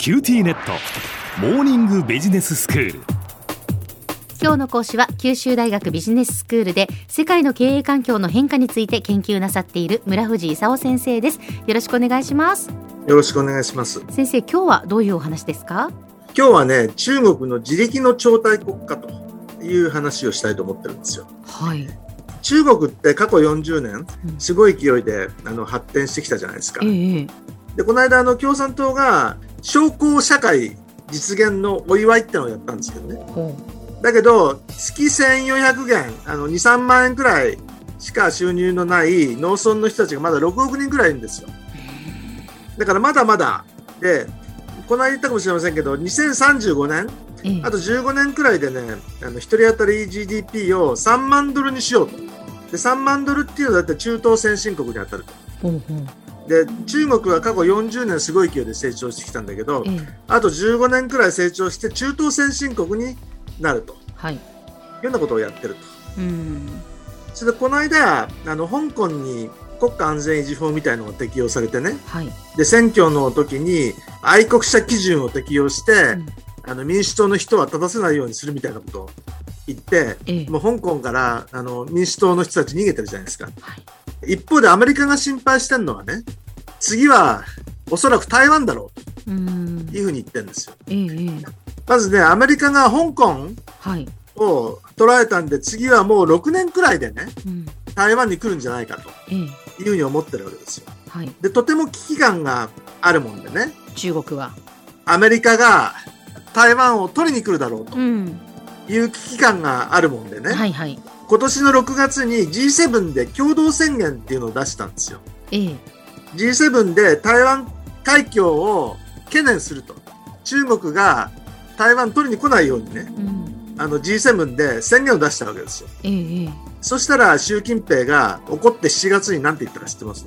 キューティーネットモーニングビジネススクール。 今日の講師は九州大学ビジネススクールで世界の経営環境の変化について研究なさっている村藤勲先生です。よろしくお願いします。 よろしくお願いします。 先生、今日はどういうお話ですか？ 今日はね、中国の自力の超大国家という話をしたいと思ってるんですよ。 はい。 中国って過去40年すごい勢いで発展してきたじゃないですか。でこの間共産党が小康社会実現のお祝いってのをやったんですけどね。だけど月1400元2、3万円くらいしか収入のない農村の人たちがまだ6億人くらいいるんですよ。だからまだまだで、この間言ったかもしれませんけど2035年あと15年くらいでね、1人当たり GDP を3万ドルにしようと。で3万ドルっていうのはだって中東先進国に当たると。で中国は過去40年すごい勢いで成長してきたんだけど、あと15年くらい成長して中東先進国になると、いうようなことをやってると。それでこの間香港に国家安全維持法みたいなのが適用されてね、で選挙の時に愛国者基準を適用して、民主党の人は立たせないようにするみたいなことを言って、もう香港から民主党の人たち逃げてるじゃないですか。一方でアメリカが心配してるのはね、次はおそらく台湾だろうというふうに言ってるんですよ。まずね、アメリカが香港を捉えたんで、次はもう6年くらいでね、台湾に来るんじゃないかというふうに思ってるわけですよ。でとても危機感があるもんでね、 中国はアメリカが台湾を取りに来るだろうという危機感があるもんでね、今年の6月に G7 で共同宣言っていうのを出したんですよ。G7 で台湾海峡を懸念すると。中国が台湾取りに来ないようにね、G7 で宣言を出したわけですよ。そしたら習近平が怒って7月に何て言ったか知ってます？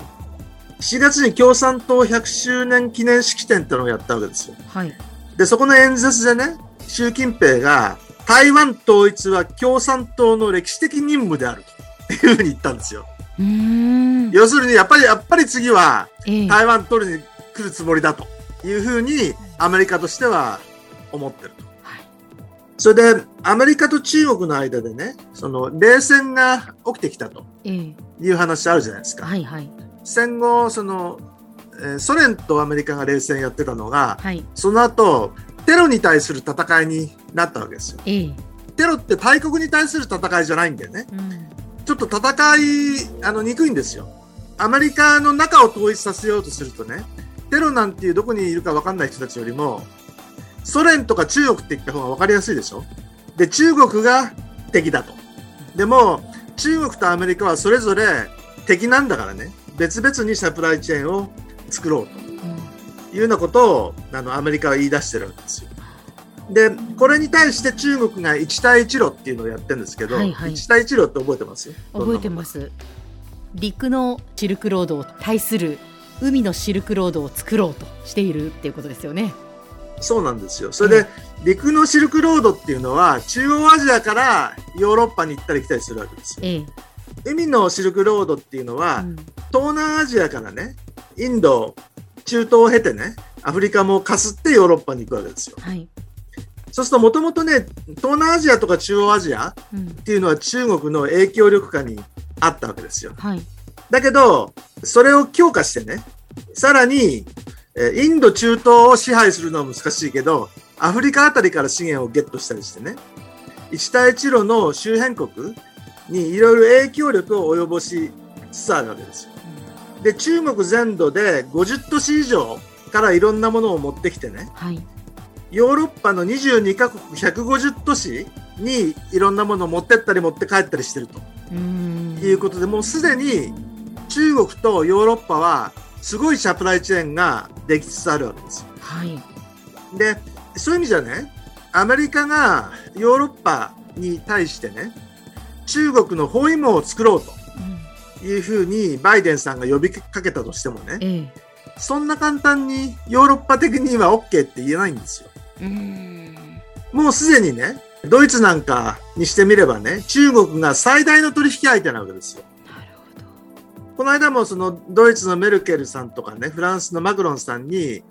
7 月に共産党100周年記念式典ってのをやったわけですよ。でそこの演説でね、習近平が台湾統一は共産党の歴史的任務であるというふうに言ったんですよ。要するにやっぱり次は台湾取りに来るつもりだというふうにアメリカとしては思ってると。それでアメリカと中国の間でね、その冷戦が起きてきたという話あるじゃないですか。戦後ソ連とアメリカが冷戦やってたのが、その後テロに対する戦いになったわけですよ。テロって大国に対する戦いじゃないんだよね。ちょっと戦いにくいんですよ。アメリカの中を統一させようとするとね、テロなんていうどこにいるか分かんない人たちよりもソ連とか中国って言った方が分かりやすいでしょ。で中国が敵だと。でも中国とアメリカはそれぞれ敵なんだからね、別々にサプライチェーンを作ろうというようなことをアメリカは言い出してるわけですよ。でこれに対して中国が一帯一路っていうのをやってるんですけど、一帯一路って覚えてます？ 覚えてます。陸のシルクロードを対する海のシルクロードを作ろうとしているっていうことですよね。 そうなんですよ。それで、陸のシルクロードっていうのは中央アジアからヨーロッパに行ったり来たりするわけですよ。海のシルクロードっていうのは、東南アジアからね、インド、中東を経てね、アフリカもかすってヨーロッパに行くわけですよ。そうするともともとね、東南アジアとか中央アジアっていうのは中国の影響力下にあったわけですよ。だけどそれを強化してね、さらにインド中東を支配するのは難しいけどアフリカあたりから資源をゲットしたりしてね、一帯一路の周辺国にいろいろ影響力を及ぼしつつあるわけですよ。で中国全土で50都市以上からいろんなものを持ってきてね、ヨーロッパの22カ国150都市にいろんなものを持ってったり持って帰ったりしてるということで、もうすでに中国とヨーロッパはすごいサプライチェーンができつつあるわけですよ。でそういう意味じゃね、アメリカがヨーロッパに対してね、中国の包囲網を作ろうというふうにバイデンさんが呼びかけたとしてもね、そんな簡単にヨーロッパ的には OK って言えないんですよ。もうすでにね、ドイツなんかにしてみればね、中国が最大の取引相手なわけですよ。この間もそのドイツのメルケルさんとかね、フランスのマクロンさんに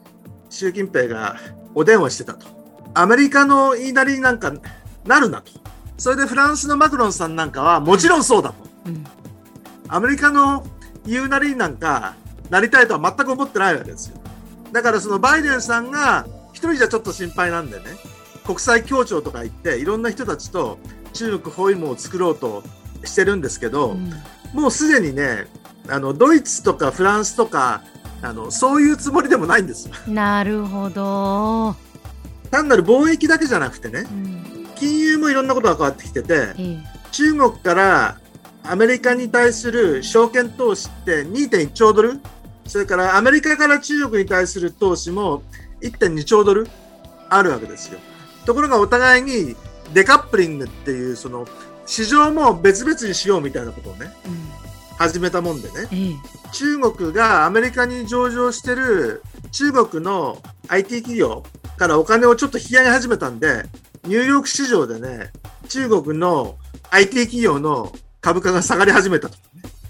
習近平がお電話してたと。アメリカの言いなりになんかなるなと。それでフランスのマクロンさんなんかはもちろんそうだと。アメリカの言うなりになんかなりたいとは全く思ってないわけですよ。だからそのバイデンさんが一人じゃちょっと心配なんでね、国際協調とか言っていろんな人たちと中国包囲網を作ろうとしてるんですけど、もうすでにね、ドイツとかフランスとかそういうつもりでもないんですよ。 なるほど。 単なる貿易だけじゃなくてね、金融もいろんなことが変わってきてて、中国からアメリカに対する証券投資って 2.1 兆ドル、それからアメリカから中国に対する投資も 1.2 兆ドルあるわけですよ。ところがお互いにデカップリングっていうその市場も別々にしようみたいなことをね、始めたもんでね、中国がアメリカに上場してる中国の IT 企業からお金をちょっと引き上げ始めたんで、ニューヨーク市場でね、中国の IT 企業の株価が下がり始めたと、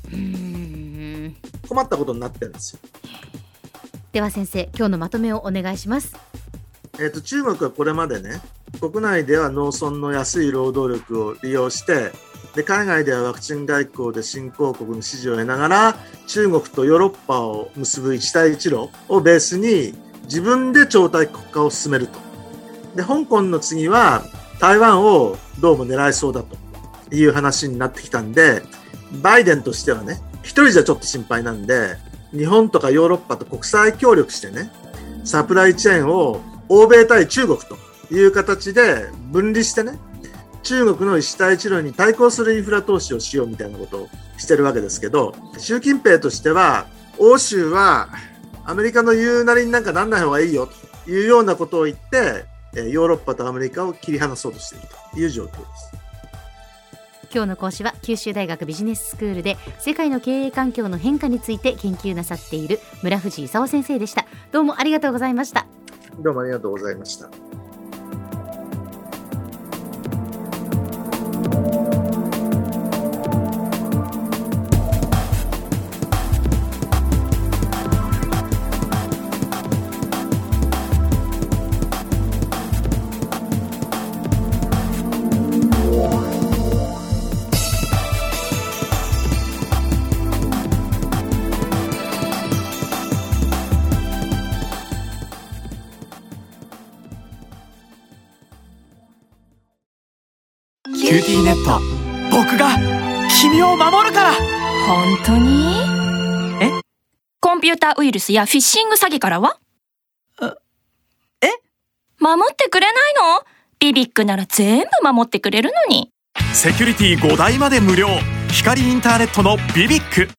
困ったことになってるんですよ。 では先生、今日のまとめをお願いします。 中国はこれまでね、国内では農村の安い労働力を利用して、で海外ではワクチン外交で新興国の支持を得ながら中国とヨーロッパを結ぶ一帯一路をベースに自分で超大国化を進めると。で香港の次は台湾をどうも狙いそうだという話になってきたんで、バイデンとしてはね、一人じゃちょっと心配なんで、日本とかヨーロッパと国際協力してね、サプライチェーンを欧米対中国という形で分離してね、中国の一帯一路に対抗するインフラ投資をしようみたいなことをしてるわけですけど、習近平としては欧州はアメリカの言うなりになんかなんない方がいいよというようなことを言ってヨーロッパとアメリカを切り離そうとしているという状況です。 今日の講師は九州大学ビジネススクールで世界の経営環境の変化について研究なさっている村藤勲先生でした。どうもありがとうございました。 どうもありがとうございました。 キューティーネット、僕が君を守るから。 本当に？コンピューターウイルスやフィッシング詐欺からは？守ってくれないの？ビビックなら全部守ってくれるのに。 セキュリティ5台まで無料。光インターネットのビビック。